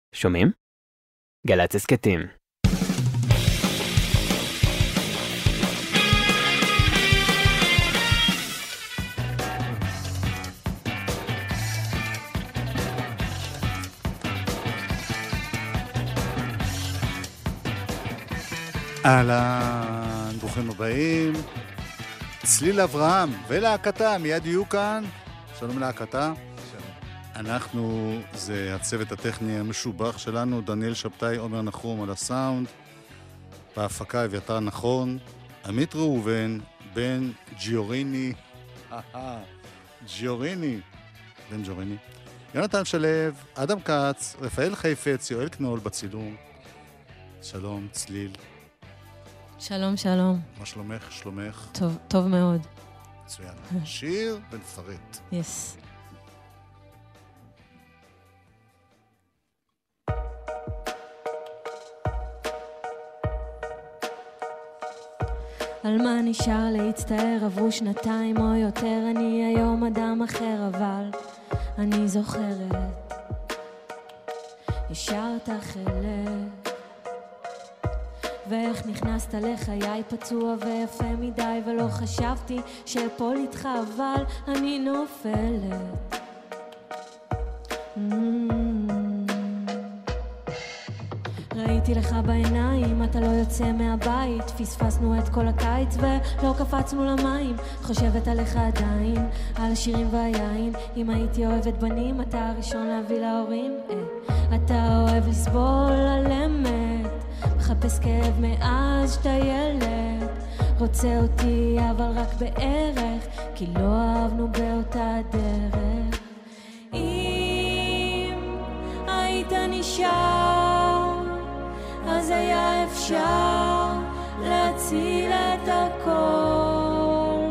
שומעים? גל"צ הסכתים. אהלן, ברוכים הבאים. צליל אברהם ולהקתה, מיד יהיו כאן. שלום להקתה. אנחנו, זה הצוות הטכני המשובח שלנו, דניאל שבתאי, עומר נחום על הסאונד, בהפקה אביתר נכון, עמית ראובן, בן ג'יוריני, בן ג'יוריני, יונתן שלו, אדם קץ, רפאל חיפץ, יואל קנול בצילום. שלום, צליל. שלום, שלום. מה שלומך? שלומך? טוב, טוב מאוד. מצוין. שיר ונפרט. יס. על מה נשאר להצטער, עברו שנתיים או יותר, אני היום אדם אחר, אבל אני זוכרת, השארת חלק, ואיך נכנסת לחיי פצוע ויפה מדי, ולא חשבתי שאפול איתך, אבל אני נופלת. ראיתי לך בעיניים, אתה לא יוצא מהבית, פספסנו את כל הקיץ ולא קפצנו למים, חושבת עליך עדיין, על השירים והיין, אם הייתי אוהבת בנים, אתה הראשון להביא להורים, אתה אוהב לסבול על אמת, מחפש כאב מאז שאתה ילד, רוצה אותי אבל רק בערך, כי לא אהבנו באותה דרך. אם היית נשאר, אז היה אפשר להציל את הכל.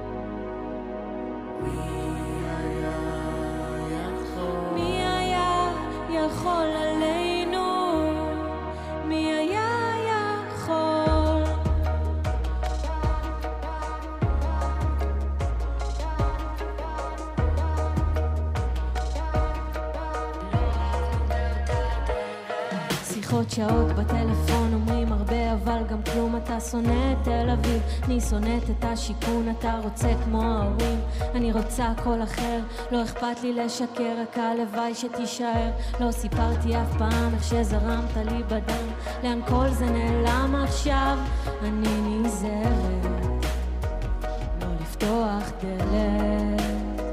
מי היה יכול עלינו? מי היה יכול? שיחות שעות בטלפון, אומרים הרבה אבל גם כלום, אתה שונא את תל אביב, אני שונאת את השיכון, אתה רוצה כמו ההורים, אני רוצה הכל אחר, לא אכפת לי לשקר, רק הלוואי שתישאר, לא סיפרתי אף פעם איך שזרמת לי בדם, לאן כל זה נעלם עכשיו, אני נזהרת לא לפתוח דלת.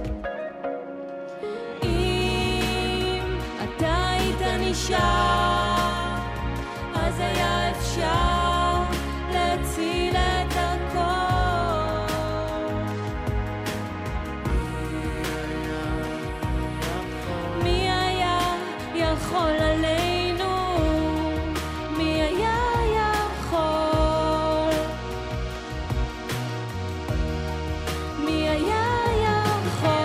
אם אתה היית נשאר, אז היה אפשר להציל את הכל. מי היה יכול עלינו? מי היה יכול? מי היה יכול?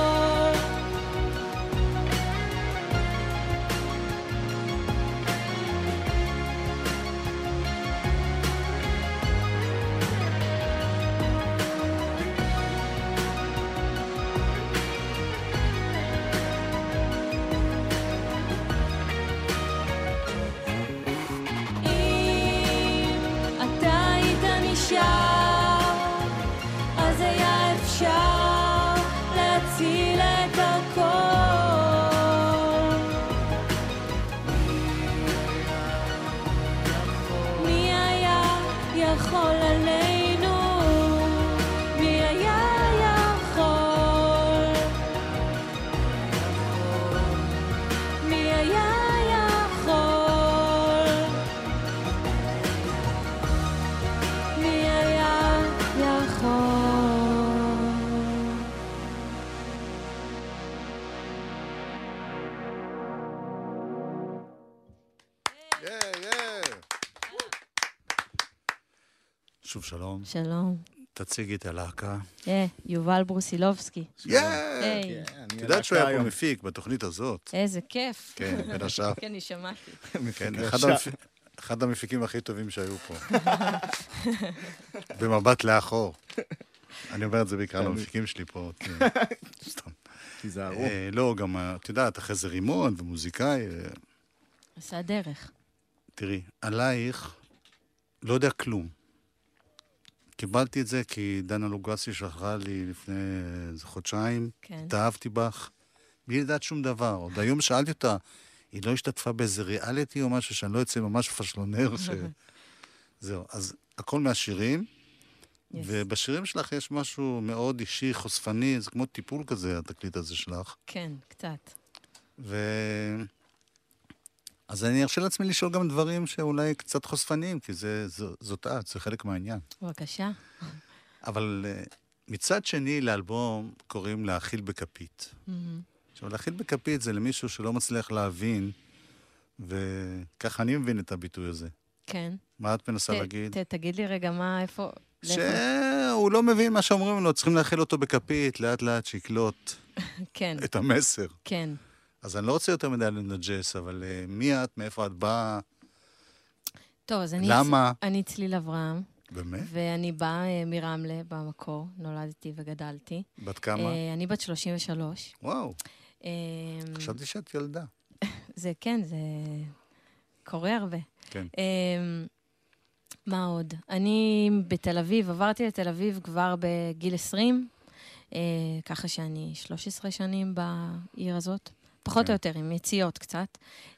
אז היה אפשר להציל את הכל. מי היה יכול עלינו? מי היה יכול? מי היה יכול? מי היה יכול? שוב שלום. שלום. תציגי את הלהקה. יובל ברוסילובסקי. את יודעת שהוא היה פה מפיק בתוכנית הזאת. איזה כיף. כן, בין השאר. כן, אני שמעתי. כן, אחד המפיקים הכי טובים שהיו פה. במבט לאחור. אני אומר את זה בעיקר למפיקים שלי פה. סתם. תיזהרו. לא, גם, את יודעת, אחרי זה רימון ומוזיקאי, עשה דרך. תראי, עלייך לא יודע כלום. קיבלתי את זה כי דנה לוגסי שלחה לי לפני איזה חודשיים, כן. התאהבתי בך, בלי לדעת שום דבר. עוד היום שאלתי אותה, היא לא השתתפה באיזה ריאליטי או משהו, שאני לא יוצא ממש פשלונר, זהו. אז הכל מהשירים, ובשירים שלך יש משהו מאוד אישי, חושפני, זה כמו טיפול כזה, התקליט הזה שלך. כן, קצת. אז אני ארשה לעצמי לשאול גם דברים שאולי קצת חושפניים, כי זאת את, זה חלק מהעניין. בבקשה. אבל מצד שני, לאלבום קוראים להאכיל בכפית. עכשיו, להאכיל בכפית זה למישהו שלא מצליח להבין, וככה אני מבין את הביטוי הזה. כן. מה את מנסה להגיד? תגיד לי רגע מה, איפה... שהוא לא מבין מה שאומרים לו, צריכים להאכיל אותו בכפית, לאט לאט שיקלוט את המסר. כן. אז אני לא רוצה יותר מדי לנג'ס, אבל מי את, מאיפה את באה? טוב, אז אני צליל אברהם. באמת? ואני באה מרמלה במקור, נולדתי וגדלתי. בת כמה? אני בת 33. וואו. חשבתי שאת ילדה. זה כן, זה קורה הרבה. כן. מה עוד? אני בתל אביב, עברתי לתל אביב כבר בגיל 20, ככה שאני 13 שנים בעיר הזאת. פחות או יותר, עם יציאות קצת.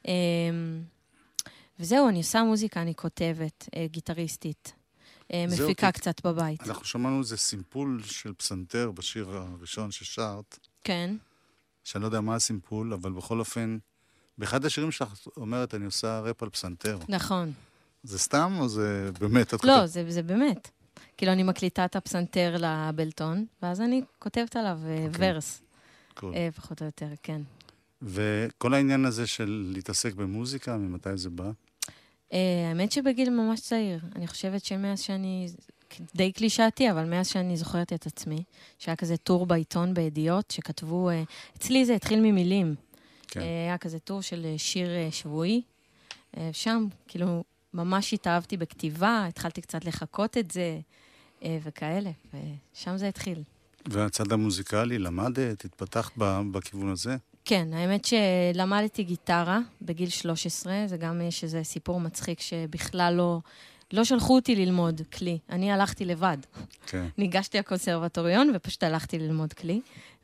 וזהו, אני עושה מוזיקה, אני כותבת, גיטריסטית, מפיקה קצת בבית. אנחנו שמענו איזה סימפול של פסנתר בשיר הראשון ששרת. כן. שאני לא יודע מה הסימפול, אבל בכל אופן, באחד השירים שלך אומרת, אני עושה רפ על פסנתר. נכון. זה סתם או זה באמת? לא, זה באמת. כאילו, אני מקליטה את הפסנתר לבלטון, ואז אני כותבת עליו ורס. פחות או יותר, כן. וכל העניין הזה של להתעסק במוזיקה, ממתי זה בא? האמת שבגיל ממש צעיר. אני חושבת שמאז שאני, די קלישאתי, אבל מאז שאני זוכרת את עצמי, שהיה כזה טור בעיתון בידיעות, שכתבו, אצלי זה התחיל ממילים. היה כזה טור של שיר שבועי. שם, כאילו, ממש התאהבתי בכתיבה, התחלתי קצת לחכות את זה, וכאלה, ושם זה התחיל. והצד המוזיקלי, למדת, התפתחת בכיוון הזה? כן, האמת שלמדתי גיטרה בגיל 13, זה גם יש איזה סיפור מצחיק שבכלל לא שלחו אותי ללמוד כלי, אני הלכתי לבד. כן. ניגשתי לקונסרבטוריון ופשוט הלכתי ללמוד כלי,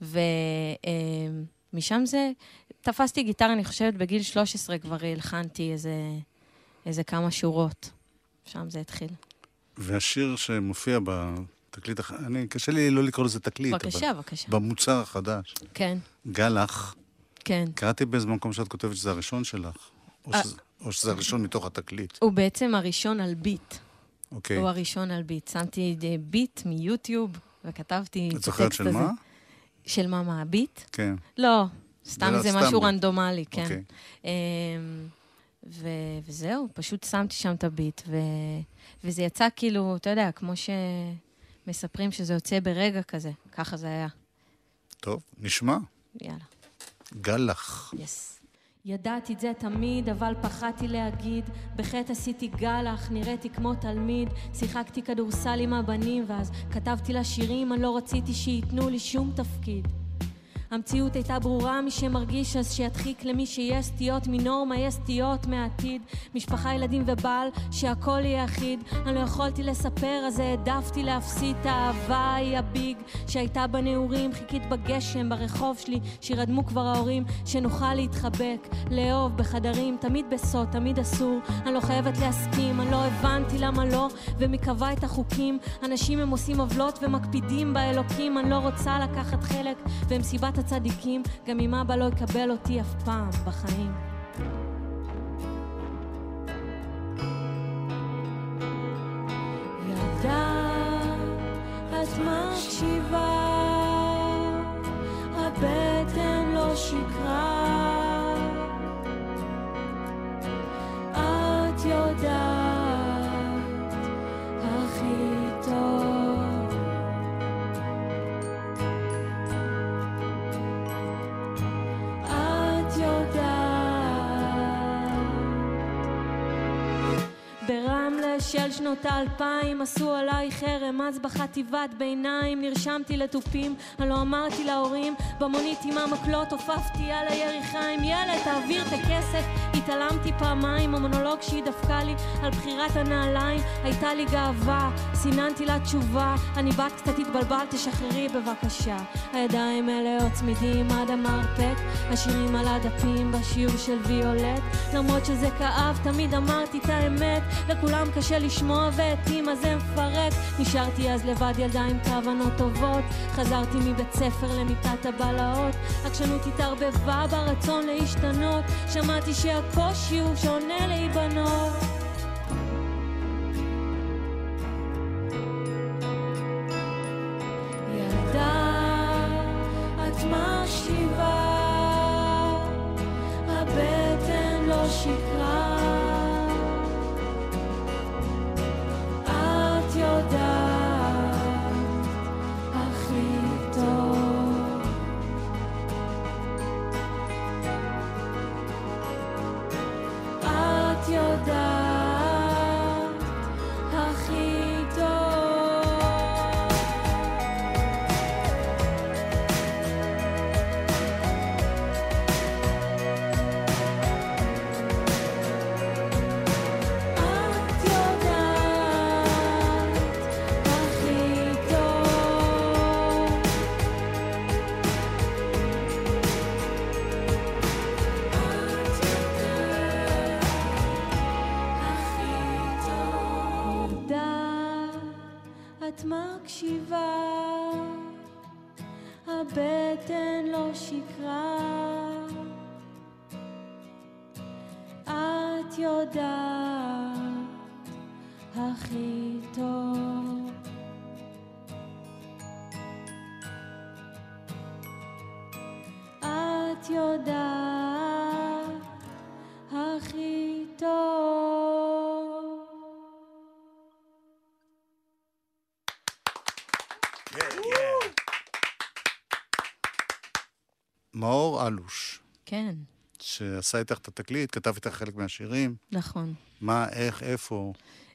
ומשם זה, תפסתי גיטרה, אני חושבת בגיל 13 כבר הלחנתי איזה כמה שורות, שם זה התחיל. והשיר שמופיע בתקליט, קשה לי לא לקרוא לזה תקליט, בבקשה, בבקשה. במוצר החדש. כן. גלח. כן. קראתי באיזה מקום שאת כותבת שזה הראשון שלך, או שזה הראשון מתוך התקליט. הוא בעצם הראשון על ביט. אוקיי. הוא הראשון על ביט. שמתי ביט מיוטיוב, וכתבתי את הטקסט הזה. את זוכרת של מה? של מה, ביט? כן. לא, סתם זה משהו רנדומלי, כן. אוקיי. וזהו, פשוט שמתי שם את הביט, וזה יצא כאילו, אתה יודע, כמו שמספרים שזה יוצא ברגע כזה, ככה זה היה. טוב, נשמע. יאללה. גלח. יס. ידעתי את זה תמיד, אבל פחדתי להגיד, בחטא עשיתי גלח, נראיתי כמו תלמיד, שיחקתי כדורסל עם הבנים, ואז כתבתי לה שירים, אני לא רציתי שיתנו לי שום תפקיד. המציאות הייתה ברורה, מי שמרגיש אז שידחיק למי שיש סטיות מנורמה, יש סטיות מהעתיד, משפחה, ילדים ובעל, שהכל יהיה אחיד. אני לא יכולתי לספר, אז העדפתי להפסיד את האהבה היא הביג שהייתה בנעורים, חיכית בגשם ברחוב שלי, שירדמו כבר ההורים, שנוכל להתחבק, לאהוב בחדרים, תמיד בסוד, תמיד אסור. אני לא חייבת להסכים, אני לא הבנתי למה לא, ומי קבע את החוקים. אנשים הם עושים עוולות ומקפידים באלוקים, אני לא רוצה לקחת חלק במסיבת הצדיקים, גם אם אבא לא יקבל אותי אף פעם בחיים. ילדה, את מקשיבה, הבטן לא שקרה, את יודעת הכי טוב. את יודעת של שנות 2000 עשו עליי חרם, אז בחטיבת ביניים נרשמתי לטופים, אני לא אמרתי להורים, במונית עם המקלות הופפתי על היריחיים, ילד תעביר את הכסף, התעלמתי פעמיים, המונולוג שהיא דפקה לי על בחירת הנעליים, הייתה לי גאווה, סיננתי לה תשובה, אני בת קצת התבלבלת, תשחררי בבקשה, הידיים מלאות צמידים עד המרפק, השירים על הדפים בשיעור של ויולט, למרות שזה כאב תמיד אמרתי את האמת, לכולם קשה לשמוע ואת אמא זה מפרק, נשארתי אז לבד ילדה עם כוונות טובות, חזרתי מבית ספר למיטת הבלהות, עקשנות התערבבה ברצון להשתנות, שמעתי שהקושי הוא שונה להיבנות. מקשיבה, הבטן לא שקרה, את יודעת הכי טוב, את יודעת הכי טוב. את מקשיבה, הבטן לא שקרה, את יודעת הכי טוב. את יודעת הכי טוב. מאור אלוש. כן. שעשה איתך את התקליט, כתב איתך חלק מהשירים. נכון. מה, איך, איפה?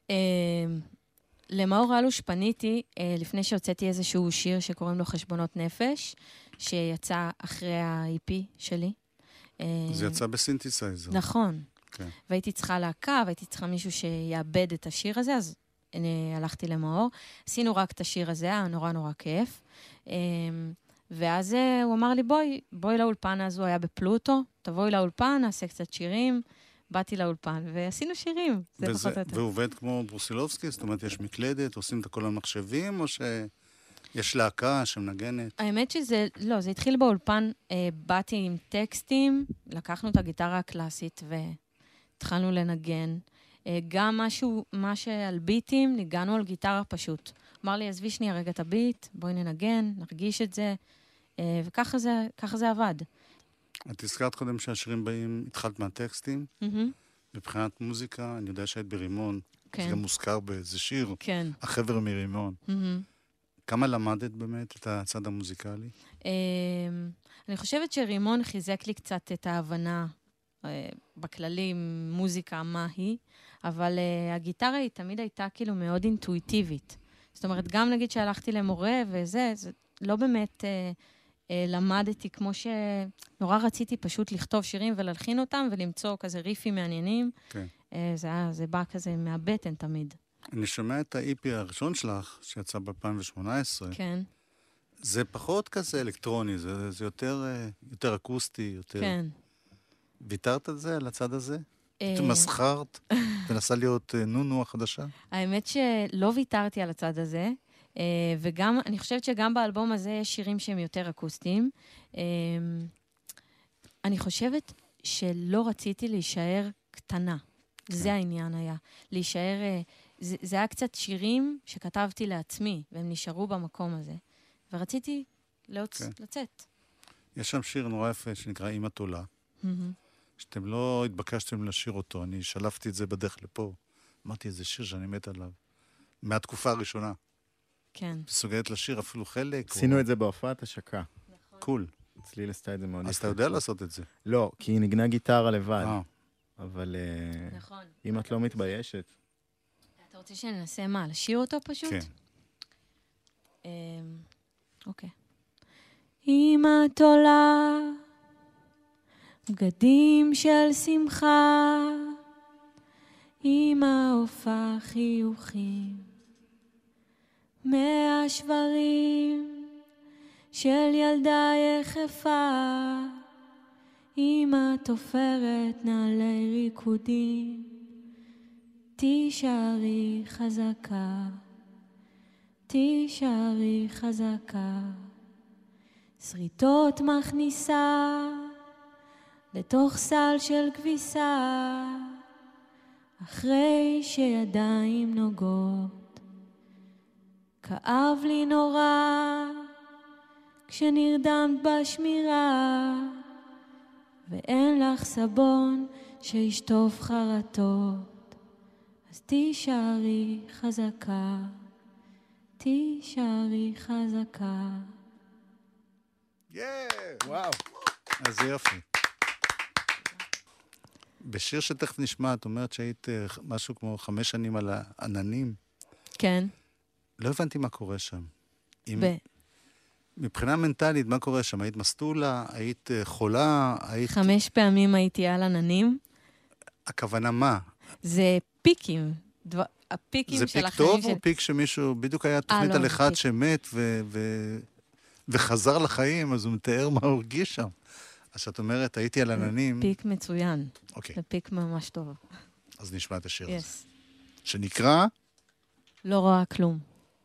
למאור אלוש פניתי לפני שהוצאתי איזשהו שיר שקוראים לו חשבונות נפש, שיצא אחרי ה-EP שלי. זה יצא בסינתסייזר. נכון. כן. והייתי צריכה להקה, והייתי צריכה מישהו שיעבד את השיר הזה, אז הלכתי למאור. עשינו רק את השיר הזה, היה נורא נורא כיף. ואז הוא אמר לי, בואי לאולפן, אז הוא היה בפלוטו, תבואי לאולפן, נעשה קצת שירים. באתי לאולפן, ועשינו שירים. זה פחות או יותר. ועובד כמו ברוסילובסקי? זאת אומרת, יש מקלדת, עושים את הכל על מחשבים, או שיש להקה שמנגנת? האמת שזה, לא, זה התחיל באולפן, באתי עם טקסטים, לקחנו את הגיטרה הקלאסית, והתחלנו לנגן. גם מה שעל ביטים, ניגענו על גיטרה פשוט. אמר לי, עזבי שנייה רגע את הביט, בואי ננגן, נרגיש את זה, וככה זה עבד. את הזכרת קודם שהשירים באים, התחלת מהטקסטים, מבחינת מוזיקה, אני יודע שהיית ברימון, זה גם מוזכר באיזה שיר, החבר מרימון. כמה למדת באמת את הצד המוזיקלי? אני חושבת שרימון חיזק לי קצת את ההבנה בכללי, מוזיקה, מה היא, אבל הגיטרה היא תמיד הייתה כאילו מאוד אינטואיטיבית. זאת אומרת, גם נגיד שהלכתי למורה וזה, זה לא באמת למדתי כמו שנורא רציתי פשוט לכתוב שירים ולהלחין אותם ולמצוא כזה ריפים מעניינים. כן. זה בא כזה מהבטן תמיד. אני שומע את ה-EP הראשון שלך, שיצא ב-2018. כן. זה פחות כזה אלקטרוני, זה יותר אקוסטי, יותר... כן. ויתרת על זה, על הצד הזה? מסחרת ונסה להיות נונו החדשה? האמת שלא ויתרתי על הצד הזה, וגם, אני חושבת שגם באלבום הזה יש שירים שהם יותר אקוסטיים. אני חושבת שלא רציתי להישאר קטנה. זה העניין היה. להישאר, זה היה קצת שירים שכתבתי לעצמי, והם נשארו במקום הזה. ורציתי לצאת. יש שם שיר נורא יפה שנקרא אמא תולה. שאתם לא התבקשתם לשיר אותו, אני שלפתי את זה בדרך לפה. אמרתי, איזה שיר שאני מת עליו. מהתקופה הראשונה. כן. מסוגלת לשיר אפילו חלק. עשינו את זה בהופעת השקה. קול. צליל עשתה את זה מאוד. אז אתה יודע לעשות את זה. לא, כי היא נגנה גיטרה לבד. אבל נכון. אם את לא מתביישת. אתה רוצה שננסה מה? לשיר אותו פשוט? כן. אוקיי. אמא תולה בגדים של שמחה, אמא הופעה חיוכים, 100 שברים של ילדה יחפה, אמא תופרת נעלי ריקודים, תישארי חזקה, תישארי חזקה. שריטות מכניסה לתוך סל של כביסה, אחרי שידיים נוגעות. כאב לי נורא כשנרדמת בשמירה, ואין לך סבון שישטוף חרטות, אז תישארי חזקה, תישארי חזקה. וואו. אז זה יופי. בשיר שתכף נשמע, את אומרת שהיית משהו כמו 5 שנים על העננים. כן. לא הבנתי מה קורה שם. מבחינה מנטלית, מה קורה שם? היית מסטולה? היית חולה? 5 פעמים הייתי על עננים. הכוונה מה? זה פיקים. הפיקים של החיים. זה פיק טוב או פיק שמישהו, בדיוק היה תוכנית על אחד שמת וחזר לחיים, אז הוא מתאר מה הוא הרגיש שם. אז את אומרת, הייתי על עננים. פיק מצוין. אוקיי. זה פיק ממש טוב. אז נשמע את השיר הזה. Yes. שנקרא? לא רואה כלום.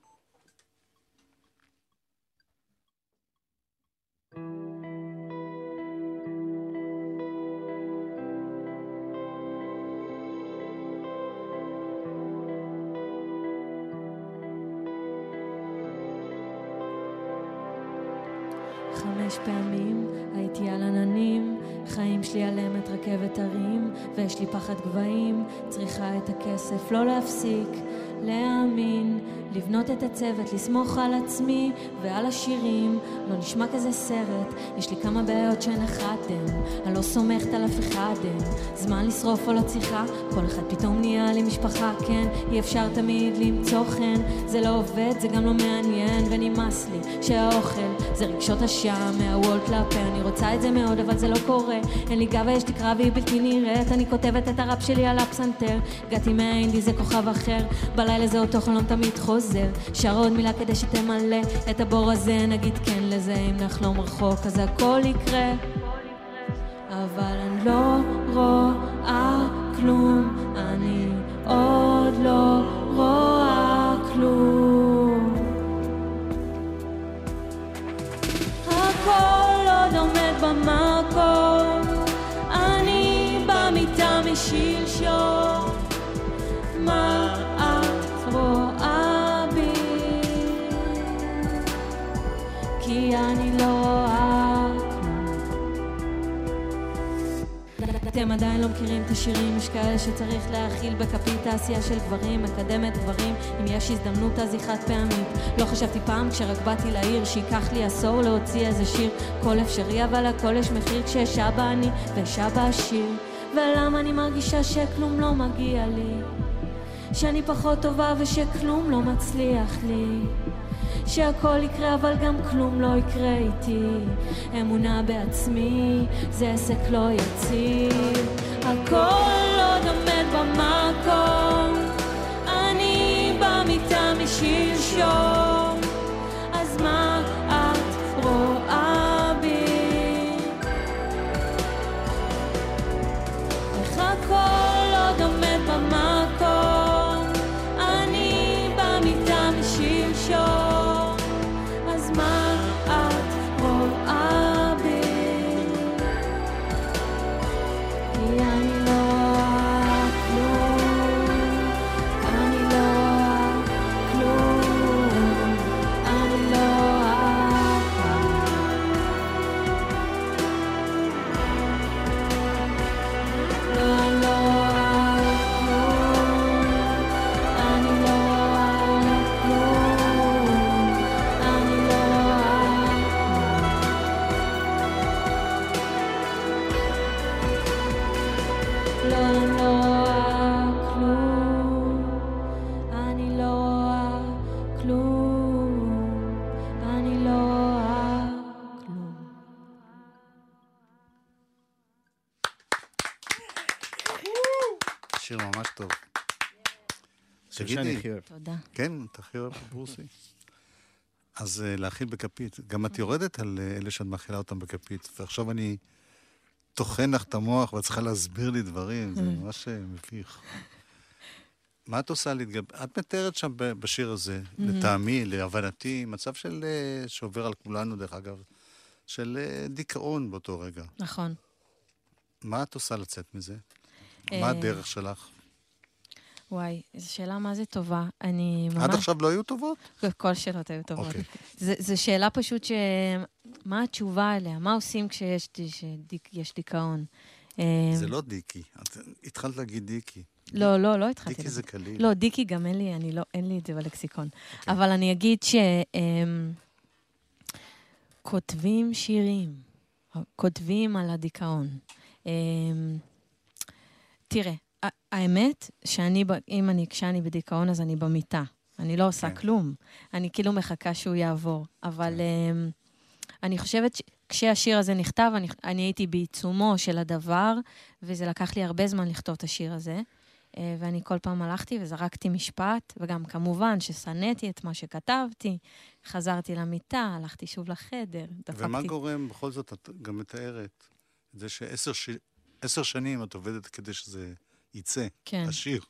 חמש פעמים הייתי על עננים, חיים שלי על אמת רכבת הרים, ויש לי פחד גבהים, צריכה את הכסף, לא להפסיק, להאמין, לבנות את הצוות, לסמוך על עצמי ועל השירים, לא נשמע כזה סרט, יש לי כמה בעיות שהן אחתם, אני לא סומכת על אף אחד, זמן לשרוף או לא צריכה, כל אחד פתאום נהיה לי משפחה, כן, אי אפשר תמיד למצוא חן, זה לא עובד, זה גם לא מעניין, ונמאס לי שהאוכל זה רגשות השעה מהוולט לפה, אני רוצה את זה מאוד אבל זה לא קורה, אין לי גב ויש לי קרב והיא בלתי נראית, אני כותבת את הראפ שלי על הפסנתר, הגעתי מהאינדי זה כוכב אחר, בלילה זה אותו חלום תמיד חוזר, שר עוד מילה כדי שתמלא את הבור הזה, נגיד כן לזה, אם נחלום רחוק אז הכל יקרה, אבל אני לא רואה כלום, אני עוד לא רואה כלום, הכל עוד עומד במקום, אני במיטה משלשום, מה את רואה בי? כי אני לא רואה כלום. אתם עדיין לא מכירים את השירים, יש כאלה שצריך להכיל בכפית העשייה של גברים, מקדמת גברים, אם יש הזדמנות אז היא חד פעמית. לא חשבתי פעם כשרק באתי לעיר שיקח לי עשור להוציא איזה שיר, כל אפשרי אבל הכל יש מחיר, כשיש אבא אני ויש אבא עשיר. ולמה אני מרגישה שכלום לא מגיע לי, שאני פחות טובה ושכלום לא מצליח לי, שהכל יקרה אבל גם כלום לא יקרה איתי, אמונה בעצמי זה עסק לא יציב, הכל עוד עומד במקום, אני במיטה משלשום, אז מה את רואה בי? איך הכל עוד עומד במקום, אני במיטה משלשום, אז מה את רואה בי? כי אני לא רואה כלום, אני לא רואה כלום, אני לא רואה כלום, לא, אני לא רואה כלום, אני לא רואה כלום, אני לא רואה כלום. שיר ממש טוב. שאני תגידי, הכי אוהב. תודה. כן, אתה הכי אוהב ברוסי. אז להכיל בכפית. גם את יורדת על אלה שאת מאכילה אותם בכפית, ועכשיו אני טוחן לך את המוח ואת צריכה להסביר לי דברים, זה ממש מביך. מה את עושה להתגבר? את מתארת שם בשיר הזה, לטעמי, להבנתי, מצב של, שעובר על כולנו, דרך אגב, של דיכאון באותו רגע. נכון. מה את עושה לצאת מזה? מה הדרך שלך? וואי, זו שאלה מה זה טובה. אני ממש... עד עכשיו לא היו טובות? כל שאלות היו טובות. אוקיי. זו שאלה פשוט מה התשובה אליה? מה עושים כשיש דיכאון? זה לא דיקי. את התחלת להגיד דיקי. לא התחלתי. דיקי זה קליל. לא, דיקי גם אין לי את זה בלקסיקון. אבל אני אגיד כותבים שירים, כותבים על הדיכאון. תראה, האמת כשאני בדיכאון אז אני במיטה. אני לא עושה כלום. אני כאילו מחכה שהוא יעבור. אבל אני חושבת כשהשיר הזה נכתב, אני הייתי בעיצומו של הדבר, וזה לקח לי הרבה זמן לכתוב את השיר הזה. ואני כל פעם הלכתי וזרקתי משפט, וגם כמובן ששנאתי את מה שכתבתי, חזרתי למיטה, הלכתי שוב לחדר, דפקתי. ומה גורם, בכל זאת, את גם מתארת, זה ש10 שנים את עובדת כדי שזה יצא, השיר.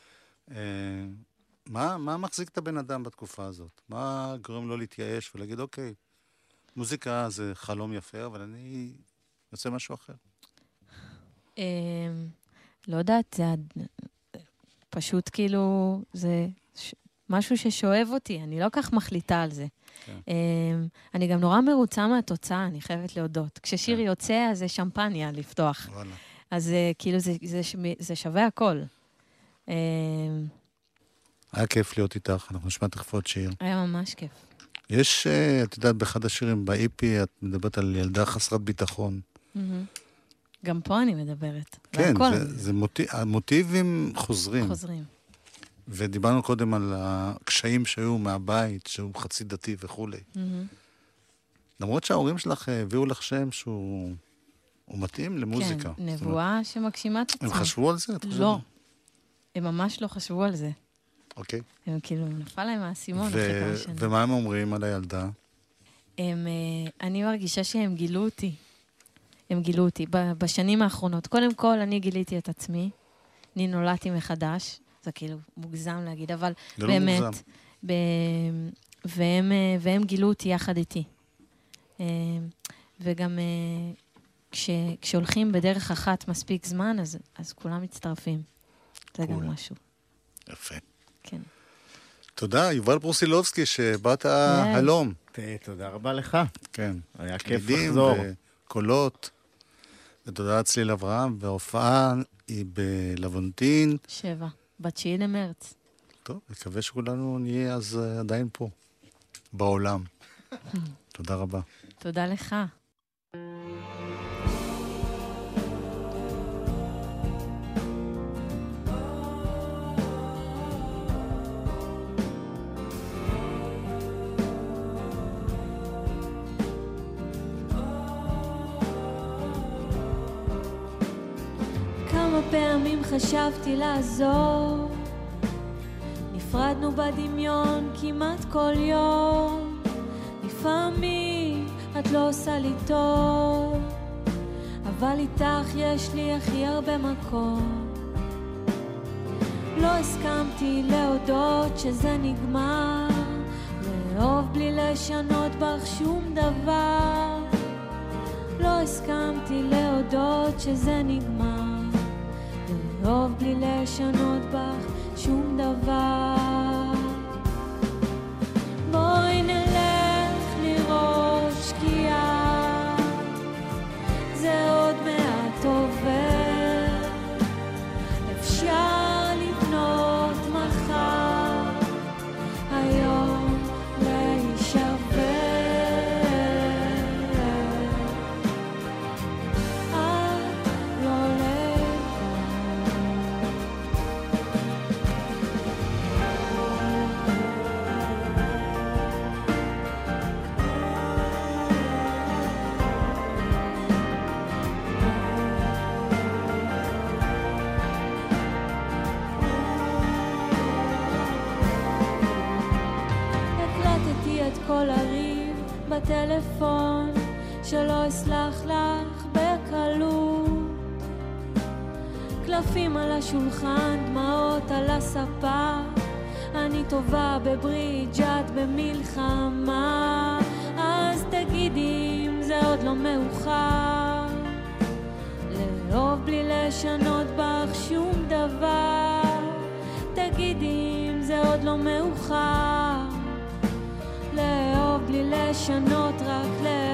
מה מחזיק את הבן אדם בתקופה הזאת? מה גורם לו להתייאש ולהגיד, אוקיי, מוזיקה זה חלום יפה, אבל אני יוצא משהו אחר? לא יודעת, זה פשוט כאילו, זה משהו ששואב אותי, אני לא כך מחליטה על זה. אני גם נורא מרוצה מהתוצאה, אני חייבת להודות. כששיר יוצא, אז זה שמפניה לפתוח. אז כאילו זה שווה הכל. היה כיף להיות איתך, אנחנו נשמע תכף עוד שיר. היה ממש כיף. יש, את יודעת, באחד השירים באיפי, את מדברת על ילדה חסרת ביטחון. גם פה אני מדברת. כן, זה מוטיבים חוזרים. ודיברנו קודם על הקשיים שהיו מהבית, שהוא חצי דתי וכו'. למרות שההורים שלך הביאו לך שם שהוא מתאים למוזיקה. כן, נבואה שמגשימה את עצמה. הם חשבו על זה? לא. הם ממש לא חשבו על זה. אוקיי. הם כאילו, נפל להם האסימון אחרי כמה שנים. ומה הם אומרים על הילדה? אני מרגישה שהם גילו אותי. הם גילו אותי בשנים האחרונות. קודם כל, אני גיליתי את עצמי. אני נולדתי מחדש. זה כאילו מוגזם להגיד, אבל באמת. והם גילו אותי יחד איתי. וגם כשהולכים בדרך אחת מספיק זמן, אז כולם מצטרפים. זה גם משהו. יפה. כן. תודה, יובל ברוסילובסקי, שבאת הלום. תודה רבה לך. כן. היה כיף לחזור. קולות. ותודה צליל אברהם, וההופעה היא בלוונטין. 7, ב9 למרץ. טוב, מקווה שכולנו נהיה אז עדיין פה, בעולם. תודה רבה. תודה לך. כמה פעמים חשבתי לעזור, נפרדנו בדמיון כמעט כל יום, לפעמים את לא עושה לי טוב, אבל איתך יש לי הכי הרבה מקום. לא הסכמתי להודות שזה נגמר, לאהוב בלי לשנות בך שום דבר. לא הסכמתי להודות שזה נגמר, לאהוב בלי לשנות בך שום דבר. בואי נלך לראות שקיעה, זה עוד מעט עובר, אפשר לבנות מחר, היום להישבר. את לא לבד, בטלפון, שלא אסלח לך בקלות. קלפים על השולחן, דמעות על הספה, אני טובה בברידג' את במלחמה. אז תגידי אם זה עוד לא מאוחר, לאהוב בלי לשנות בך שום דבר. תגידי אם זה עוד לא מאוחר, לאהוב בלי לשנות, רק לאהוב